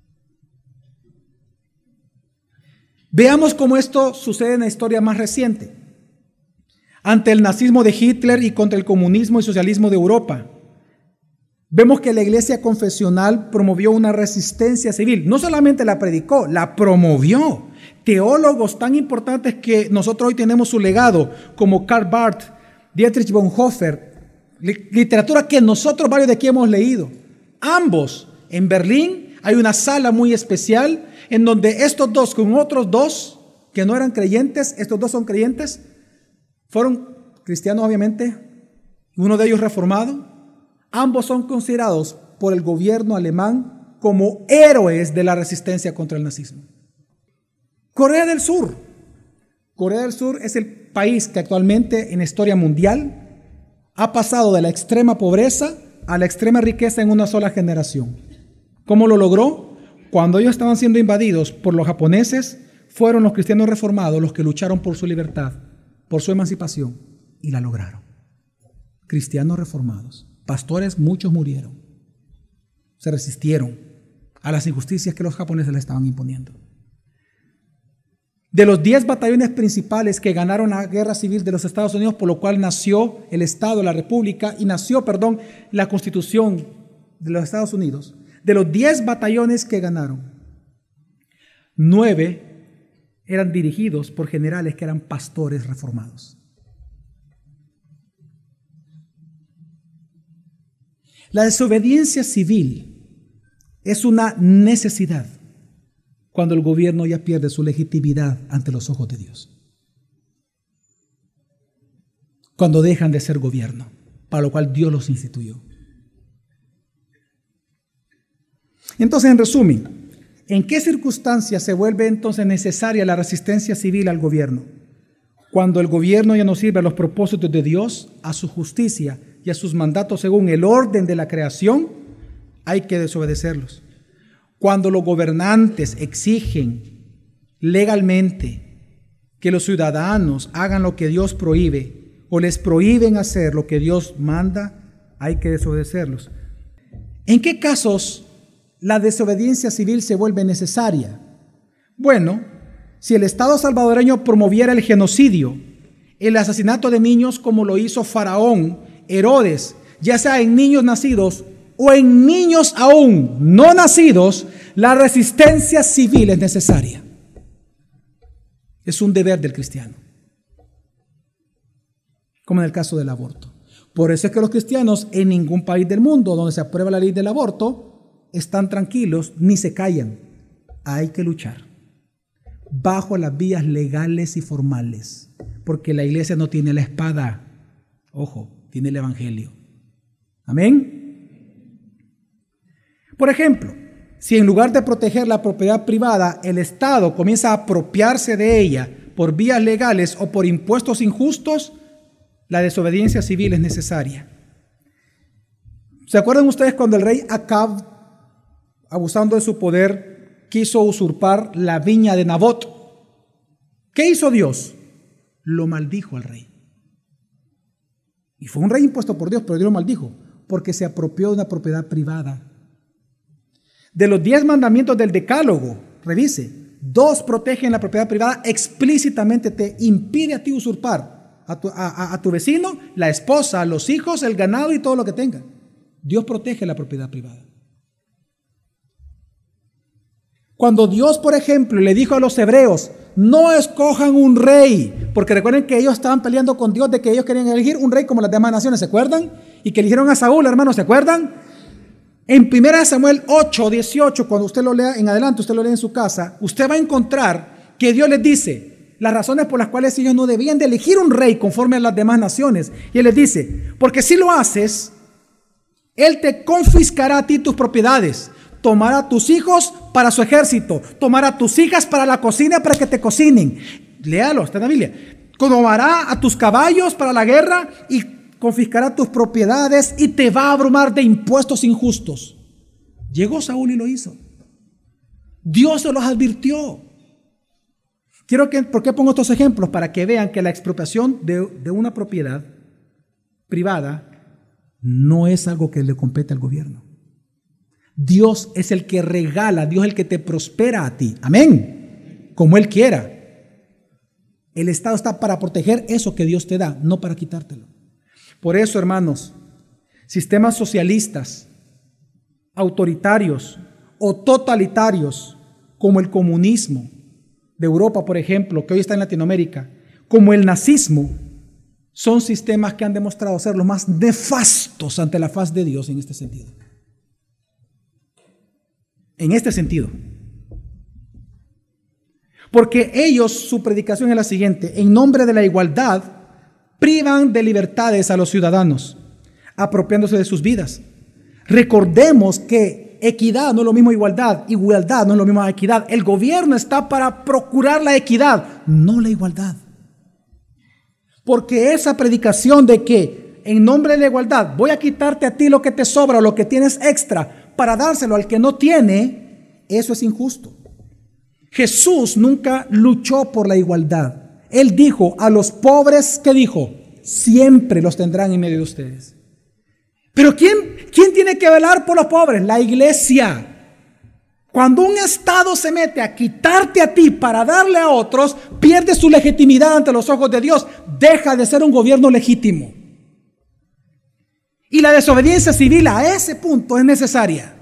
Veamos cómo esto sucede en la historia más reciente. Ante el nazismo de Hitler y contra el comunismo y socialismo de Europa, vemos que la iglesia confesional promovió una resistencia civil. No solamente la predicó, la promovió. Teólogos tan importantes que nosotros hoy tenemos su legado, como Karl Barth, Dietrich Bonhoeffer, literatura que nosotros varios de aquí hemos leído. Ambos, en Berlín hay una sala muy especial en donde estos dos con otros dos que no eran creyentes, estos dos son creyentes, fueron cristianos obviamente, uno de ellos reformado. Ambos son considerados por el gobierno alemán como héroes de la resistencia contra el nazismo. Corea del Sur. Corea del Sur es el país que actualmente en la historia mundial ha pasado de la extrema pobreza a la extrema riqueza en una sola generación. ¿Cómo lo logró? Cuando ellos estaban siendo invadidos por los japoneses, fueron los cristianos reformados los que lucharon por su libertad, por su emancipación, y la lograron. Cristianos reformados. Pastores, muchos murieron. Se resistieron a las injusticias que los japoneses le estaban imponiendo. De los diez batallones principales que ganaron la guerra civil de los Estados Unidos, por lo cual nació el Estado, la República, y nació, perdón, la Constitución de los Estados Unidos, de los diez batallones que ganaron, nueve eran dirigidos por generales que eran pastores reformados. La desobediencia civil es una necesidad cuando el gobierno ya pierde su legitimidad ante los ojos de Dios. Cuando dejan de ser gobierno, para lo cual Dios los instituyó. Entonces, en resumen, ¿en qué circunstancias se vuelve entonces necesaria la resistencia civil al gobierno? Cuando el gobierno ya no sirve a los propósitos de Dios, a su justicia y a sus mandatos según el orden de la creación, hay que desobedecerlos. Cuando los gobernantes exigen legalmente que los ciudadanos hagan lo que Dios prohíbe o les prohíben hacer lo que Dios manda, hay que desobedecerlos. ¿En qué casos la desobediencia civil se vuelve necesaria? Bueno, si el Estado salvadoreño promoviera el genocidio, el asesinato de niños como lo hizo Faraón, Herodes, ya sea en niños nacidos o en niños aún no nacidos, la resistencia civil es necesaria. Es un deber del cristiano. Como en el caso del aborto. Por eso es que los cristianos en ningún país del mundo donde se aprueba la ley del aborto están tranquilos ni se callan. Hay que luchar bajo las vías legales y formales, porque la iglesia no tiene la espada, ojo, tiene el evangelio. Amén. Por ejemplo, si en lugar de proteger la propiedad privada, el Estado comienza a apropiarse de ella por vías legales o por impuestos injustos, la desobediencia civil es necesaria. ¿Se acuerdan ustedes cuando el rey Acab, abusando de su poder, quiso usurpar la viña de Nabot? ¿Qué hizo Dios? Lo maldijo al rey. Y fue un rey impuesto por Dios, pero Dios lo maldijo, porque se apropió de una propiedad privada. De los diez mandamientos del Decálogo, revise, dos protegen la propiedad privada, explícitamente te impide a ti usurpar a tu, a, a tu vecino, la esposa, los hijos, el ganado y todo lo que tenga. Dios protege la propiedad privada. Cuando Dios, por ejemplo, le dijo a los hebreos, no escojan un rey, porque recuerden que ellos estaban peleando con Dios de que ellos querían elegir un rey como las demás naciones, ¿se acuerdan? Y que eligieron a Saúl, hermanos, ¿se acuerdan? En primera Samuel ocho, dieciocho, cuando usted lo lea en adelante, usted lo lee en su casa, usted va a encontrar que Dios les dice las razones por las cuales ellos no debían de elegir un rey conforme a las demás naciones. Y Él les dice, porque si lo haces, Él te confiscará a ti tus propiedades, tomará a tus hijos para su ejército, tomará a tus hijas para la cocina para que te cocinen. Léalo, está en la Biblia. Tomará a tus caballos para la guerra y confiscará tus propiedades y te va a abrumar de impuestos injustos. Llegó Saúl y lo hizo. Dios se los advirtió. Quiero que, ¿por qué pongo estos ejemplos? Para que vean que la expropiación de, de una propiedad privada no es algo que le compete al gobierno. Dios es el que regala, Dios es el que te prospera a ti. Amén. Como Él quiera. El Estado está para proteger eso que Dios te da, no para quitártelo. Por eso, hermanos, sistemas socialistas, autoritarios o totalitarios, como el comunismo de Europa, por ejemplo, que hoy está en Latinoamérica, como el nazismo, son sistemas que han demostrado ser los más nefastos ante la faz de Dios en este sentido. En este sentido. Porque ellos, su predicación es la siguiente: en nombre de la igualdad, privan de libertades a los ciudadanos, apropiándose de sus vidas. Recordemos que equidad no es lo mismo igualdad, igualdad no es lo mismo equidad. El gobierno está para procurar la equidad, no la igualdad. Porque esa predicación de que en nombre de la igualdad voy a quitarte a ti lo que te sobra o lo que tienes extra para dárselo al que no tiene, eso es injusto. Jesús nunca luchó por la igualdad. Él dijo a los pobres, ¿qué dijo? Siempre los tendrán en medio de ustedes. Pero ¿quién, quién tiene que velar por los pobres? La iglesia. Cuando un Estado se mete a quitarte a ti para darle a otros, pierde su legitimidad ante los ojos de Dios. Deja de ser un gobierno legítimo. Y la desobediencia civil a ese punto es necesaria.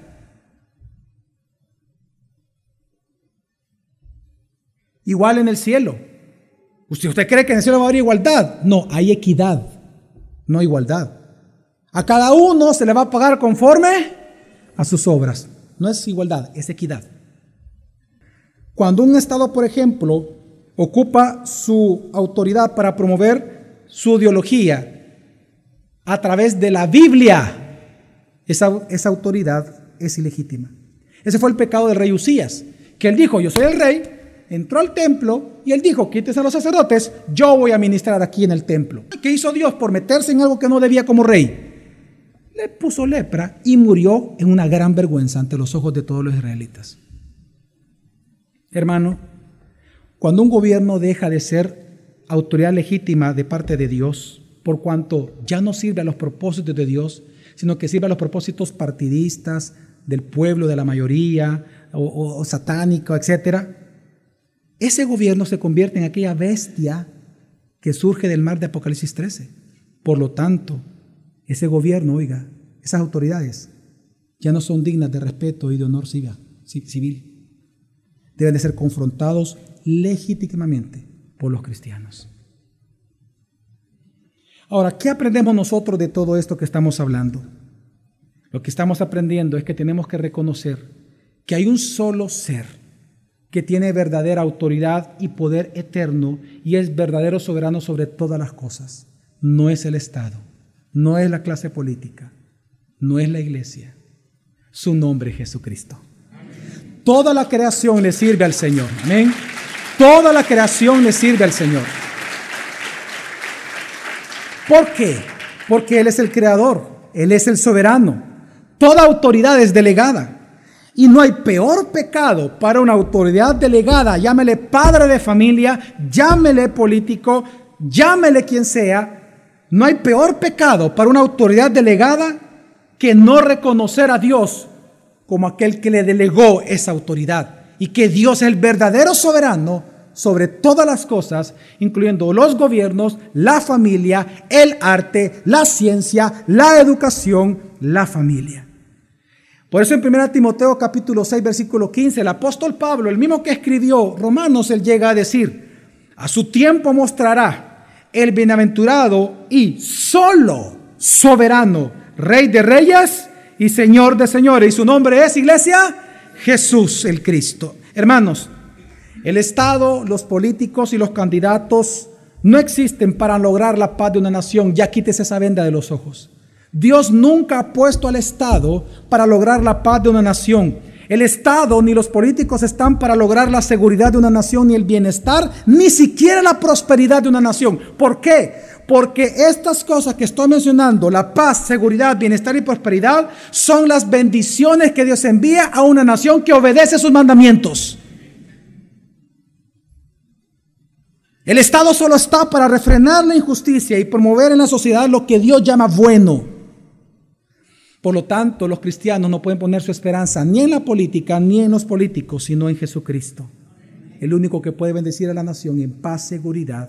Igual en el cielo. ¿Usted, ¿Usted cree que en el cielo va a haber igualdad? No, hay equidad, no igualdad. A cada uno se le va a pagar conforme a sus obras. No es igualdad, es equidad. Cuando un Estado, por ejemplo, ocupa su autoridad para promover su ideología a través de la Biblia, esa, esa autoridad es ilegítima. Ese fue el pecado del rey Usías, que él dijo, yo soy el rey, entró al templo y él dijo, quítese a los sacerdotes, yo voy a ministrar aquí en el templo. ¿Qué hizo Dios por meterse en algo que no debía como rey? Le puso lepra y murió en una gran vergüenza ante los ojos de todos los israelitas. Hermano, cuando un gobierno deja de ser autoridad legítima de parte de Dios, por cuanto ya no sirve a los propósitos de Dios, sino que sirve a los propósitos partidistas del pueblo, de la mayoría, o, o, o satánico, etcétera, ese gobierno se convierte en aquella bestia que surge del mar de Apocalipsis trece. Por lo tanto, ese gobierno, oiga, esas autoridades ya no son dignas de respeto y de honor civil. Deben de ser confrontados legítimamente por los cristianos. Ahora, ¿qué aprendemos nosotros de todo esto que estamos hablando? Lo que estamos aprendiendo es que tenemos que reconocer que hay un solo ser que tiene verdadera autoridad y poder eterno y es verdadero soberano sobre todas las cosas. No es el Estado, no es la clase política, no es la iglesia. Su nombre es Jesucristo. Toda la creación le sirve al Señor. Amén. Toda la creación le sirve al Señor. ¿Por qué? Porque Él es el creador, Él es el soberano. Toda autoridad es delegada. Y no hay peor pecado para una autoridad delegada, llámele padre de familia, llámele político, llámele quien sea. No hay peor pecado para una autoridad delegada que no reconocer a Dios como aquel que le delegó esa autoridad. Y que Dios es el verdadero soberano sobre todas las cosas, incluyendo los gobiernos, la familia, el arte, la ciencia, la educación, la familia. Por eso en primera Timoteo capítulo seis versículo quince, el apóstol Pablo, el mismo que escribió Romanos, él llega a decir, a su tiempo mostrará el bienaventurado y solo soberano, Rey de reyes y Señor de señores. Y su nombre es, iglesia, Jesús el Cristo. Hermanos, el Estado, los políticos y los candidatos no existen para lograr la paz de una nación. Ya quítese esa venda de los ojos. Dios nunca ha puesto al Estado para lograr la paz de una nación. El Estado ni los políticos están para lograr la seguridad de una nación, ni el bienestar, ni siquiera la prosperidad de una nación. ¿Por qué? Porque estas cosas que estoy mencionando, la paz, seguridad, bienestar y prosperidad, son las bendiciones que Dios envía a una nación que obedece sus mandamientos. El Estado solo está para refrenar la injusticia y promover en la sociedad lo que Dios llama bueno. Por lo tanto, los cristianos no pueden poner su esperanza ni en la política ni en los políticos, sino en Jesucristo, el único que puede bendecir a la nación en paz, seguridad,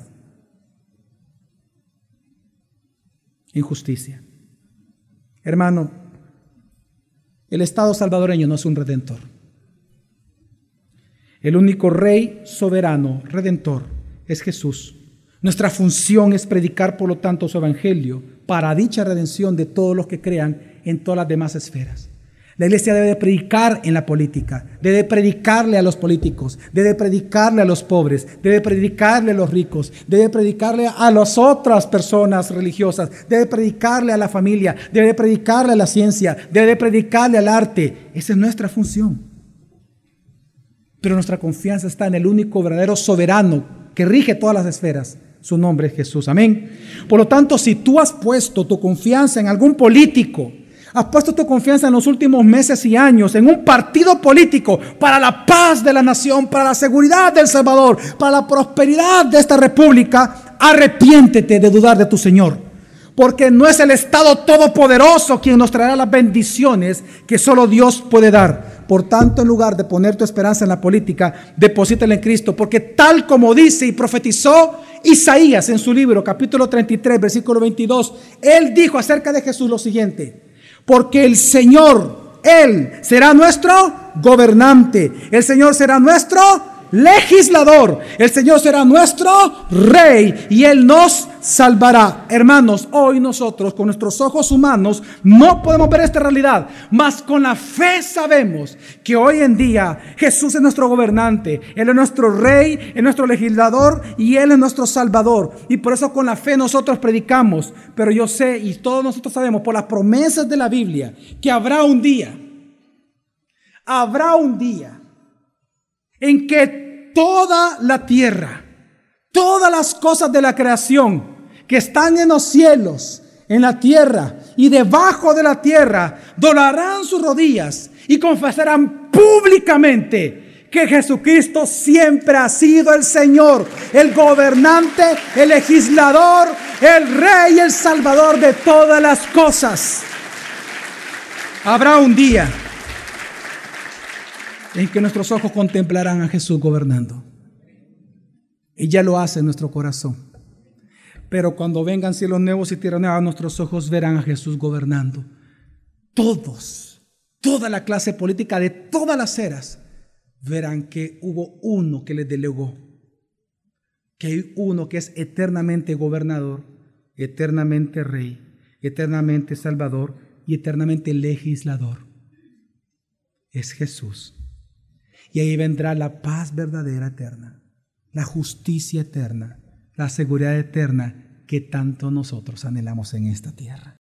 en justicia. Hermano, el Estado salvadoreño no es un redentor. El único Rey soberano, redentor, es Jesús. Nuestra función es predicar, por lo tanto, su evangelio para dicha redención de todos los que crean en todas las demás esferas. La iglesia debe de predicar en la política, debe predicarle a los políticos, debe predicarle a los pobres, debe predicarle a los ricos, debe predicarle a las otras personas religiosas, debe predicarle a la familia, debe predicarle a la ciencia, debe predicarle al arte. Esa es nuestra función. Pero nuestra confianza está en el único verdadero soberano que rige todas las esferas. Su nombre es Jesús. Amén. Por lo tanto, si tú has puesto tu confianza en algún político, has puesto tu confianza en los últimos meses y años en un partido político para la paz de la nación, para la seguridad del Salvador, para la prosperidad de esta república, arrepiéntete de dudar de tu Señor. Porque no es el Estado todopoderoso quien nos traerá las bendiciones que solo Dios puede dar. Por tanto, en lugar de poner tu esperanza en la política, deposítala en Cristo. Porque tal como dice y profetizó Isaías en su libro, capítulo treinta y tres, versículo veintidós, él dijo acerca de Jesús lo siguiente: porque el Señor, Él será nuestro gobernante, el Señor será nuestro legislador. El Señor será nuestro rey y Él nos salvará. Hermanos, hoy nosotros con nuestros ojos humanos no podemos ver esta realidad, mas con la fe sabemos que hoy en día Jesús es nuestro gobernante, Él es nuestro rey, es nuestro legislador y Él es nuestro salvador. Y por eso con la fe nosotros predicamos. Pero yo sé y todos nosotros sabemos por las promesas de la Biblia que habrá un día, habrá un día en que toda la tierra, todas las cosas de la creación que están en los cielos, en la tierra y debajo de la tierra, doblarán sus rodillas y confesarán públicamente que Jesucristo siempre ha sido el Señor, el gobernante, el legislador, el rey y el salvador de todas las cosas. Habrá un día en que nuestros ojos contemplarán a Jesús gobernando. Y ya lo hace en nuestro corazón. Pero cuando vengan cielos nuevos y tierra nueva, nuestros ojos verán a Jesús gobernando. Todos, toda la clase política de todas las eras, verán que hubo uno que les delegó. Que hay uno que es eternamente gobernador, eternamente rey, eternamente salvador y eternamente legislador. Es Jesús. Y ahí vendrá la paz verdadera eterna, la justicia eterna, la seguridad eterna que tanto nosotros anhelamos en esta tierra.